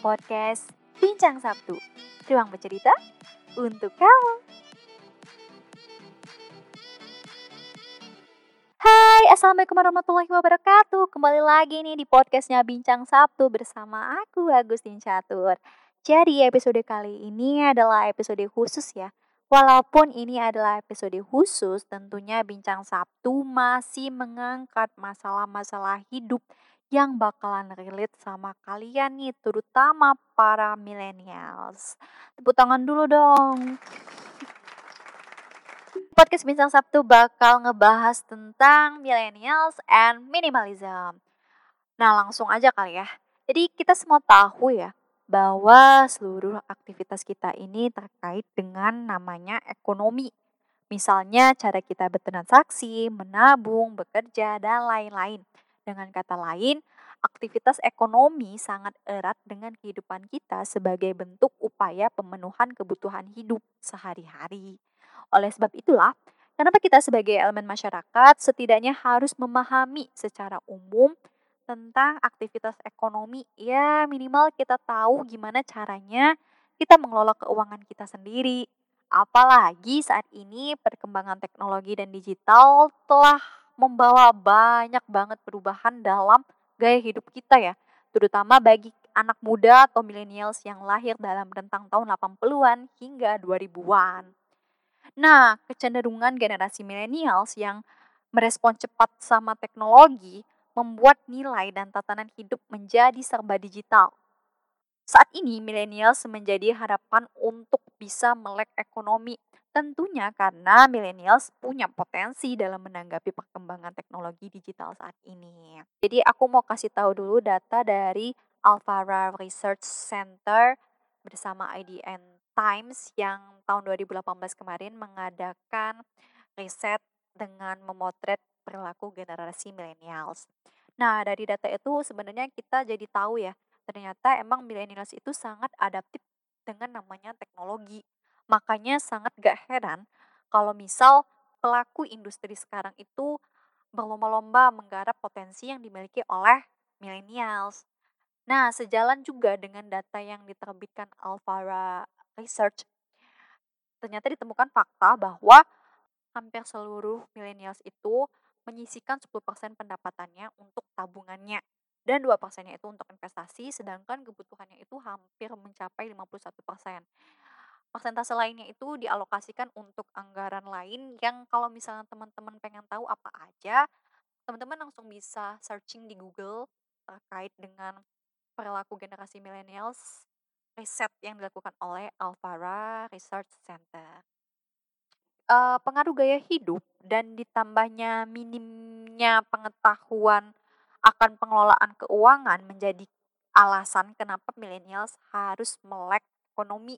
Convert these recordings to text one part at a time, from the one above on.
podcast Bincang Sabtu. Ruang bercerita untuk kamu. Hai, Assalamualaikum warahmatullahi wabarakatuh. Kembali lagi nih di podcastnya Bincang Sabtu bersama aku, Agustin Catur. Jadi episode kali ini adalah episode khusus ya. Walaupun ini adalah episode khusus, tentunya Bincang Sabtu masih mengangkat masalah-masalah hidup yang bakalan relate sama kalian nih, terutama para millennials. Tepuk tangan dulu dong. Podcast Bincang Sabtu bakal ngebahas tentang millennials and minimalism. Nah, langsung aja kali ya. Jadi kita semua tahu ya bahwa seluruh aktivitas kita ini terkait dengan namanya ekonomi. Misalnya cara kita bertransaksi, menabung, bekerja, dan lain-lain. Dengan kata lain, aktivitas ekonomi sangat erat dengan kehidupan kita sebagai bentuk upaya pemenuhan kebutuhan hidup sehari-hari. Oleh sebab itulah, kenapa kita sebagai elemen masyarakat setidaknya harus memahami secara umum tentang aktivitas ekonomi. Ya, minimal kita tahu gimana caranya kita mengelola keuangan kita sendiri. Apalagi saat ini perkembangan teknologi dan digital telah membawa banyak banget perubahan dalam gaya hidup kita ya. Terutama bagi anak muda atau millennials yang lahir dalam rentang tahun 80-an hingga 2000-an. Nah, kecenderungan generasi millennials yang merespon cepat sama teknologi membuat nilai dan tatanan hidup menjadi serba digital. Saat ini, millennials menjadi harapan untuk bisa melek ekonomi. Tentunya karena millennials punya potensi dalam menanggapi perkembangan teknologi digital saat ini. Jadi aku mau kasih tahu dulu data dari Alvara Research Center bersama IDN Times yang tahun 2018 kemarin mengadakan riset dengan memotret perilaku generasi millennials. Nah, dari data itu sebenarnya kita jadi tahu ya, ternyata emang millennials itu sangat adaptif dengan namanya teknologi. Makanya sangat gak heran kalau misal pelaku industri sekarang itu berlomba-lomba menggarap potensi yang dimiliki oleh millennials. Nah, sejalan juga dengan data yang diterbitkan Alvara Research, ternyata ditemukan fakta bahwa hampir seluruh millennials itu menyisihkan 10% pendapatannya untuk tabungannya dan 2%-nya itu untuk investasi, sedangkan kebutuhannya itu hampir mencapai 51%. Persentase lainnya itu dialokasikan untuk anggaran lain yang kalau misalnya teman-teman pengen tahu apa aja, teman-teman langsung bisa searching di Google terkait dengan perilaku generasi millennials, riset yang dilakukan oleh Alvara Research Center. Pengaruh gaya hidup dan ditambahnya minimnya pengetahuan akan pengelolaan keuangan menjadi alasan kenapa millennials harus melek ekonomi.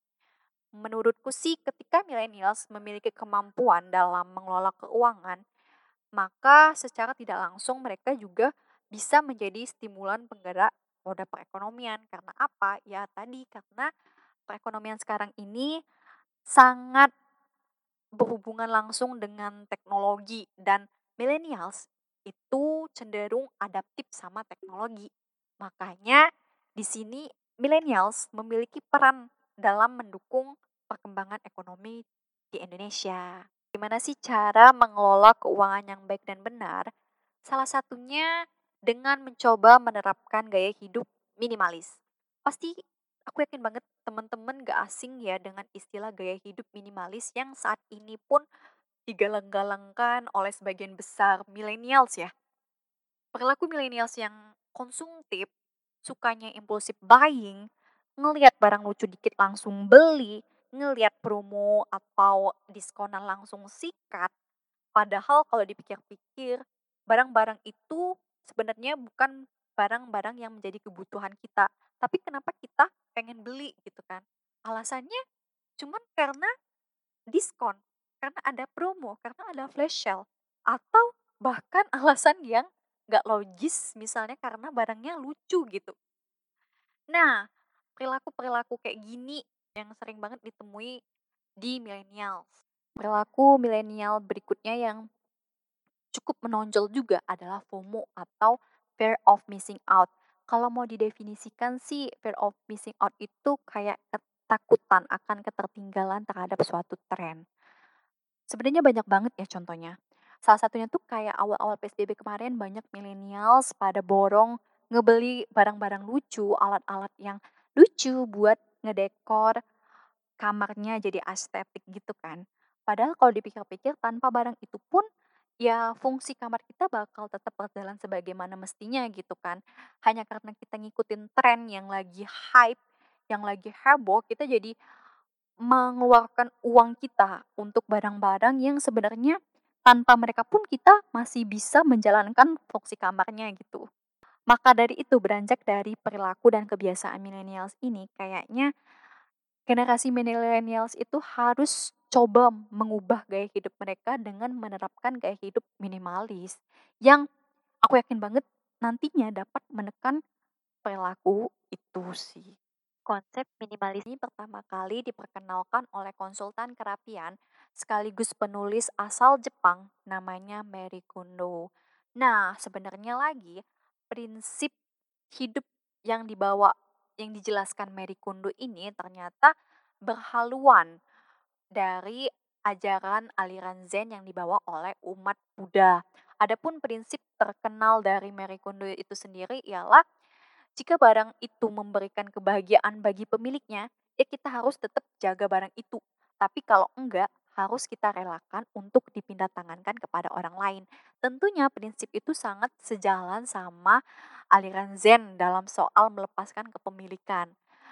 Menurutku sih ketika millennials memiliki kemampuan dalam mengelola keuangan, maka secara tidak langsung mereka juga bisa menjadi stimulan penggerak roda perekonomian. Karena apa? Ya tadi karena perekonomian sekarang ini sangat berhubungan langsung dengan teknologi dan millennials itu cenderung adaptif sama teknologi. Makanya di sini millennials memiliki peran dalam mendukung perkembangan ekonomi di Indonesia. Gimana sih cara mengelola keuangan yang baik dan benar? Salah satunya dengan mencoba menerapkan gaya hidup minimalis. Pasti aku yakin banget teman-teman gak asing ya dengan istilah gaya hidup minimalis yang saat ini pun digalang-galangkan oleh sebagian besar millennials ya. Perilaku millennials yang konsumtif, sukanya impulsif buying, ngelihat barang lucu dikit langsung beli, ngelihat promo atau diskonan langsung sikat. Padahal kalau dipikir-pikir, barang-barang itu sebenarnya bukan barang-barang yang menjadi kebutuhan kita. Tapi kenapa kita pengen beli gitu kan? Alasannya cuman karena diskon, karena ada promo, karena ada flash sale. Atau bahkan alasan yang gak logis misalnya karena barangnya lucu gitu. Nah, perilaku-perilaku kayak gini yang sering banget ditemui di millennials. Perilaku milenial berikutnya yang cukup menonjol juga adalah FOMO atau fear of missing out. Kalau mau didefinisikan sih, fear of missing out itu kayak ketakutan akan ketertinggalan terhadap suatu tren. Sebenarnya banyak banget ya contohnya. Salah satunya tuh kayak awal-awal PSBB kemarin banyak millennials pada borong ngebeli barang-barang lucu, alat-alat yang lucu buat ngedekor kamarnya jadi estetik gitu kan. Padahal kalau dipikir-pikir tanpa barang itu pun ya fungsi kamar kita bakal tetap berjalan sebagaimana mestinya gitu kan. Hanya karena kita ngikutin tren yang lagi hype, yang lagi heboh, kita jadi mengeluarkan uang kita untuk barang-barang yang sebenarnya tanpa mereka pun kita masih bisa menjalankan fungsi kamarnya gitu. Maka dari itu beranjak dari perilaku dan kebiasaan millennials ini kayaknya generasi millennials itu harus coba mengubah gaya hidup mereka dengan menerapkan gaya hidup minimalis yang aku yakin banget nantinya dapat menekan perilaku itu sih. Konsep minimalis ini pertama kali diperkenalkan oleh konsultan kerapian sekaligus penulis asal Jepang namanya Marie Kondo. Nah, sebenarnya lagi prinsip hidup yang dijelaskan Marie Kondo ini ternyata berhaluan dari ajaran aliran Zen yang dibawa oleh umat Buddha. Adapun prinsip terkenal dari Marie Kondo itu sendiri ialah jika barang itu memberikan kebahagiaan bagi pemiliknya, ya kita harus tetap jaga barang itu. Tapi kalau enggak, harus kita relakan untuk dipindah tangankan kepada orang lain. Tentunya prinsip itu sangat sejalan sama aliran Zen dalam soal melepaskan kepemilikan.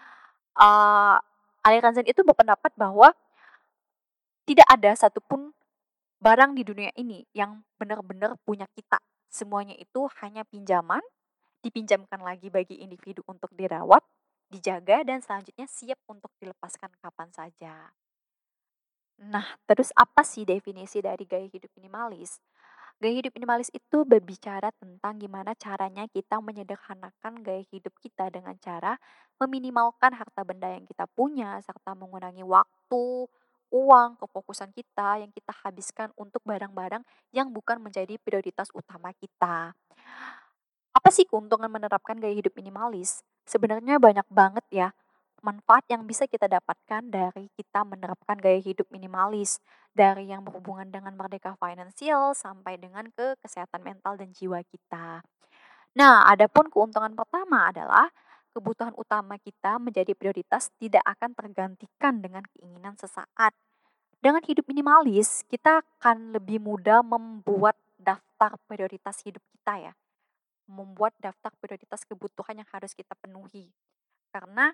Uh, Aliran Zen itu berpendapat bahwa tidak ada satupun barang di dunia ini yang benar-benar punya kita. Semuanya itu hanya pinjaman, dipinjamkan lagi bagi individu untuk dirawat, dijaga, dan selanjutnya siap untuk dilepaskan kapan saja. Nah, terus apa sih definisi dari gaya hidup minimalis? Gaya hidup minimalis itu berbicara tentang gimana caranya kita menyederhanakan gaya hidup kita dengan cara meminimalkan harta benda yang kita punya, serta mengurangi waktu, uang, kefokusan kita yang kita habiskan untuk barang-barang yang bukan menjadi prioritas utama kita. Apa sih keuntungan menerapkan gaya hidup minimalis? Sebenarnya banyak banget ya manfaat yang bisa kita dapatkan dari kita menerapkan gaya hidup minimalis. Dari yang berhubungan dengan merdeka finansial sampai dengan ke kesehatan mental dan jiwa kita. Nah, adapun keuntungan pertama adalah kebutuhan utama kita menjadi prioritas tidak akan tergantikan dengan keinginan sesaat. Dengan hidup minimalis, kita akan lebih mudah membuat daftar prioritas hidup kita ya, membuat daftar prioritas kebutuhan yang harus kita penuhi. Karena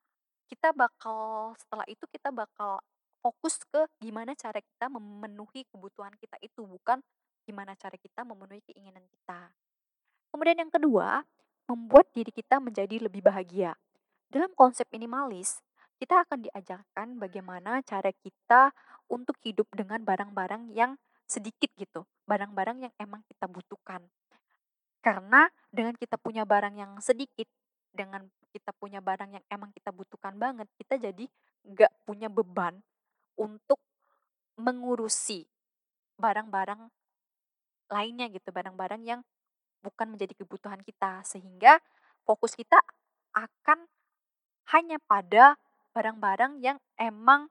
setelah itu kita bakal fokus ke gimana cara kita memenuhi kebutuhan kita itu, bukan gimana cara kita memenuhi keinginan kita. Kemudian yang kedua, membuat diri kita menjadi lebih bahagia. Dalam konsep minimalis, kita akan diajarkan bagaimana cara kita untuk hidup dengan barang-barang yang sedikit gitu, barang-barang yang emang kita butuhkan. Karena dengan kita punya barang yang sedikit, dengan kita punya barang yang emang kita butuhkan banget, kita jadi nggak punya beban untuk mengurusi barang-barang lainnya gitu, barang-barang yang bukan menjadi kebutuhan kita. Sehingga fokus kita akan hanya pada barang-barang yang emang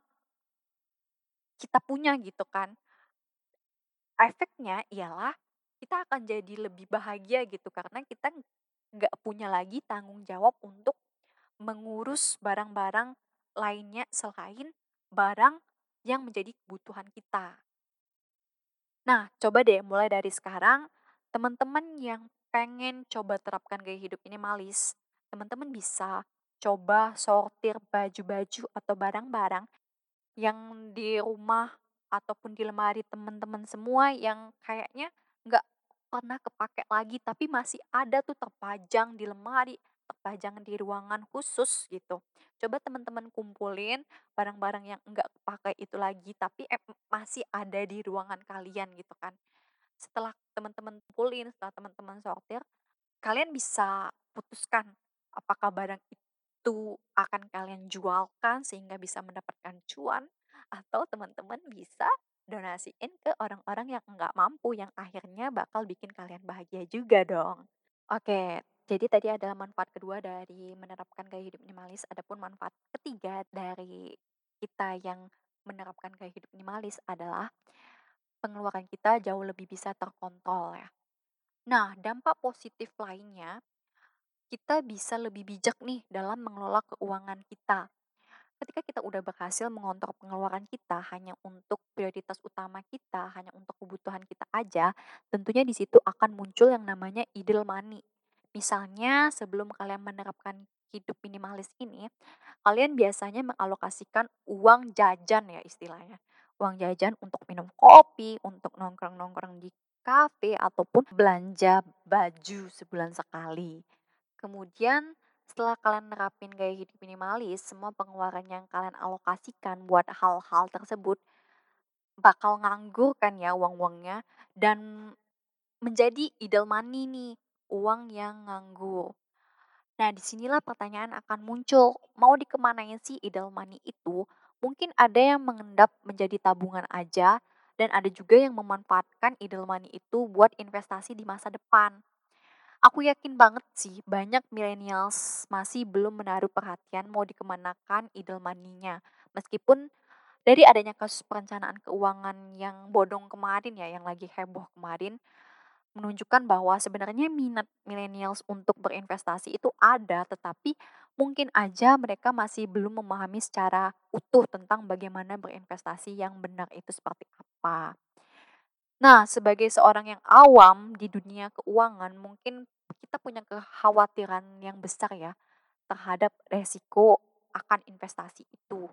kita punya gitu kan. Efeknya ialah kita akan jadi lebih bahagia gitu karena kita nggak punya lagi tanggung jawab untuk mengurus barang-barang lainnya selain barang yang menjadi kebutuhan kita. Nah, coba deh mulai dari sekarang, teman-teman yang pengen coba terapkan gaya hidup minimalis, teman-teman bisa coba sortir baju-baju atau barang-barang yang di rumah ataupun di lemari teman-teman semua yang kayaknya nggak pernah kepake lagi tapi masih ada tuh terpajang di lemari, terpajang di ruangan khusus gitu. Coba teman-teman kumpulin barang-barang yang nggak kepake itu lagi tapi masih ada di ruangan kalian gitu kan. Setelah teman-teman kumpulin, setelah teman-teman sortir, kalian bisa putuskan apakah barang itu akan kalian jualkan sehingga bisa mendapatkan cuan atau teman-teman bisa donasiin ke orang-orang yang nggak mampu yang akhirnya bakal bikin kalian bahagia juga dong. Oke, Jadi tadi adalah manfaat kedua dari menerapkan gaya hidup minimalis, adapun manfaat ketiga dari kita yang menerapkan gaya hidup minimalis adalah pengeluaran kita jauh lebih bisa terkontrol ya. Nah, dampak positif lainnya, kita bisa lebih bijak nih dalam mengelola keuangan kita. Ketika kita udah berhasil mengontrol pengeluaran kita hanya untuk prioritas utama kita, hanya untuk kebutuhan kita aja, tentunya di situ akan muncul yang namanya idle money. Misalnya, sebelum kalian menerapkan hidup minimalis ini, kalian biasanya mengalokasikan uang jajan ya istilahnya. Uang jajan untuk minum kopi, untuk nongkrong-nongkrong di kafe, ataupun belanja baju sebulan sekali. Kemudian setelah kalian nerapin gaya hidup minimalis, semua pengeluaran yang kalian alokasikan buat hal-hal tersebut bakal nganggur kan ya uang-uangnya dan menjadi idle money nih, uang yang nganggur. Nah, disinilah pertanyaan akan muncul, mau dikemanain sih idle money itu? Mungkin ada yang mengendap menjadi tabungan aja, dan ada juga yang memanfaatkan idle money itu buat investasi di masa depan. Aku yakin banget sih banyak millennials masih belum menaruh perhatian mau dikemanakan idle money-nya. Meskipun dari adanya kasus perencanaan keuangan yang bodong kemarin ya, yang lagi heboh kemarin, menunjukkan bahwa sebenarnya minat millennials untuk berinvestasi itu ada, tetapi mungkin aja mereka masih belum memahami secara utuh tentang bagaimana berinvestasi yang benar itu seperti apa. Nah, sebagai seorang yang awam di dunia keuangan, mungkin kita punya kekhawatiran yang besar ya terhadap resiko akan investasi itu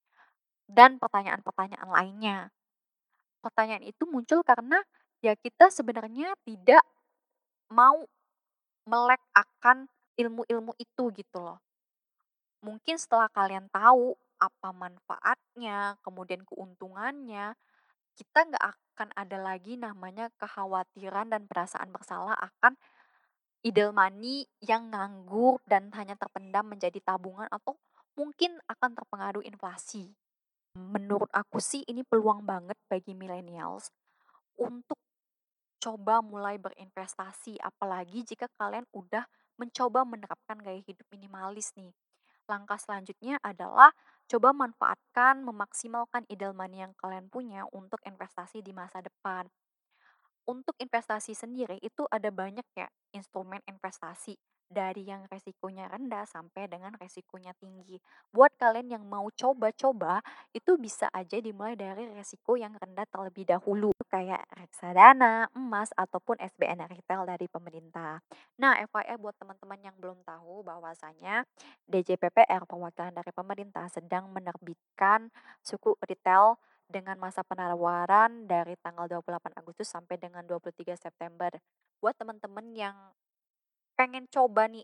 dan pertanyaan-pertanyaan lainnya. Pertanyaan itu muncul karena ya kita sebenarnya tidak mau melek akan ilmu-ilmu itu gitu loh. Mungkin setelah kalian tahu apa manfaatnya, kemudian keuntungannya, kita nggak akan ada lagi namanya kekhawatiran dan perasaan bersalah akan idle money yang nganggur dan hanya terpendam menjadi tabungan atau mungkin akan terpengaruh inflasi. Menurut aku sih ini peluang banget bagi millennials untuk coba mulai berinvestasi, apalagi jika kalian udah mencoba menerapkan gaya hidup minimalis nih. Langkah selanjutnya adalah coba manfaatkan, memaksimalkan idle money yang kalian punya untuk investasi di masa depan. Untuk investasi sendiri itu ada banyak ya instrumen investasi dari yang resikonya rendah sampai dengan resikonya tinggi. Buat kalian yang mau coba-coba itu bisa aja dimulai dari resiko yang rendah terlebih dahulu kayak reksadana, emas ataupun SBN retail dari pemerintah. Nah, FYI buat teman-teman yang belum tahu bahwasanya DJPPR perwakilan dari pemerintah sedang menerbitkan suku retail dengan masa penawaran dari tanggal 28 Agustus sampai dengan 23 September. Buat teman-teman yang pengen coba nih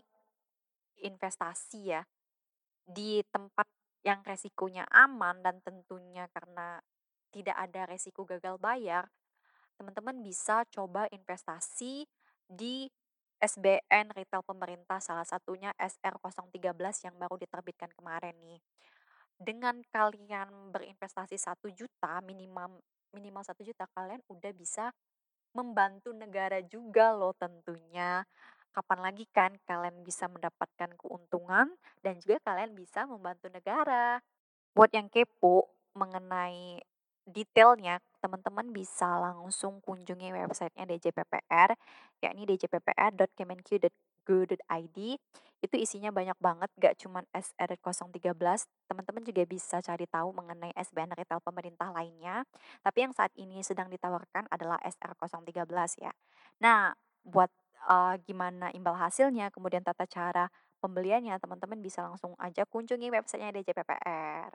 investasi ya di tempat yang resikonya aman dan tentunya karena tidak ada resiko gagal bayar, teman-teman bisa coba investasi di SBN retail pemerintah, salah satunya SR013 yang baru diterbitkan kemarin nih. Dengan kalian berinvestasi 1 juta, minimal minimal 1 juta, kalian udah bisa membantu negara juga loh tentunya. Kapan lagi kan kalian bisa mendapatkan keuntungan dan juga kalian bisa membantu negara. Buat yang kepo mengenai detailnya, teman-teman bisa langsung kunjungi websitenya DJPPR, yakni djppr.kemenq.go.id. Itu isinya banyak banget, gak cuman SR013. Teman-teman juga bisa cari tahu mengenai SBN retail pemerintah lainnya. Tapi yang saat ini sedang ditawarkan adalah SR013 ya. Nah, buat gimana imbal hasilnya, kemudian tata cara pembeliannya, teman-teman bisa langsung aja kunjungi websitenya DJPPR.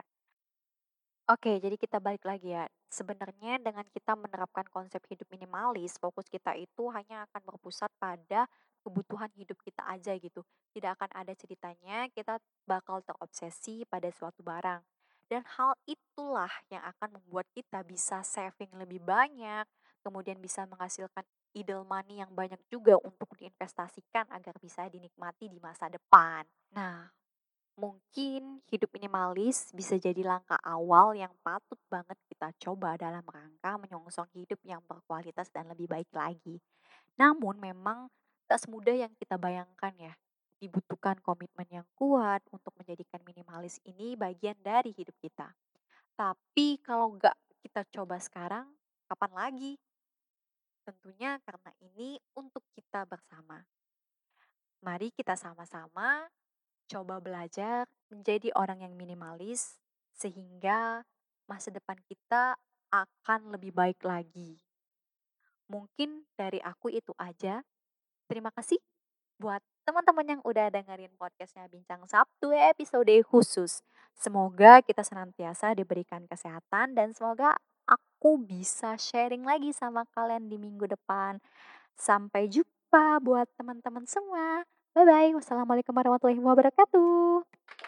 Oke, jadi kita balik lagi ya. Sebenarnya dengan kita menerapkan konsep hidup minimalis, fokus kita itu hanya akan berpusat pada kebutuhan hidup kita aja gitu. Tidak akan ada ceritanya kita bakal terobsesi pada suatu barang. Dan hal itulah yang akan membuat kita bisa saving lebih banyak, kemudian bisa menghasilkan idle money yang banyak juga untuk diinvestasikan agar bisa dinikmati di masa depan. Nah, mungkin hidup minimalis bisa jadi langkah awal yang patut banget kita coba dalam rangka menyongsong hidup yang berkualitas dan lebih baik lagi. Namun memang tak semudah yang kita bayangkan ya. Dibutuhkan komitmen yang kuat untuk menjadikan minimalis ini bagian dari hidup kita. Tapi kalau nggak kita coba sekarang, kapan lagi? Tentunya karena ini untuk kita bersama. Mari kita sama-sama coba belajar menjadi orang yang minimalis sehingga masa depan kita akan lebih baik lagi. Mungkin dari aku itu aja. Terima kasih buat teman-teman yang udah dengerin podcastnya Bincang Sabtu episode khusus. Semoga kita senantiasa diberikan kesehatan dan semoga aku bisa sharing lagi sama kalian di minggu depan. Sampai jumpa buat teman-teman semua. Bye-bye. Wassalamualaikum warahmatullahi wabarakatuh.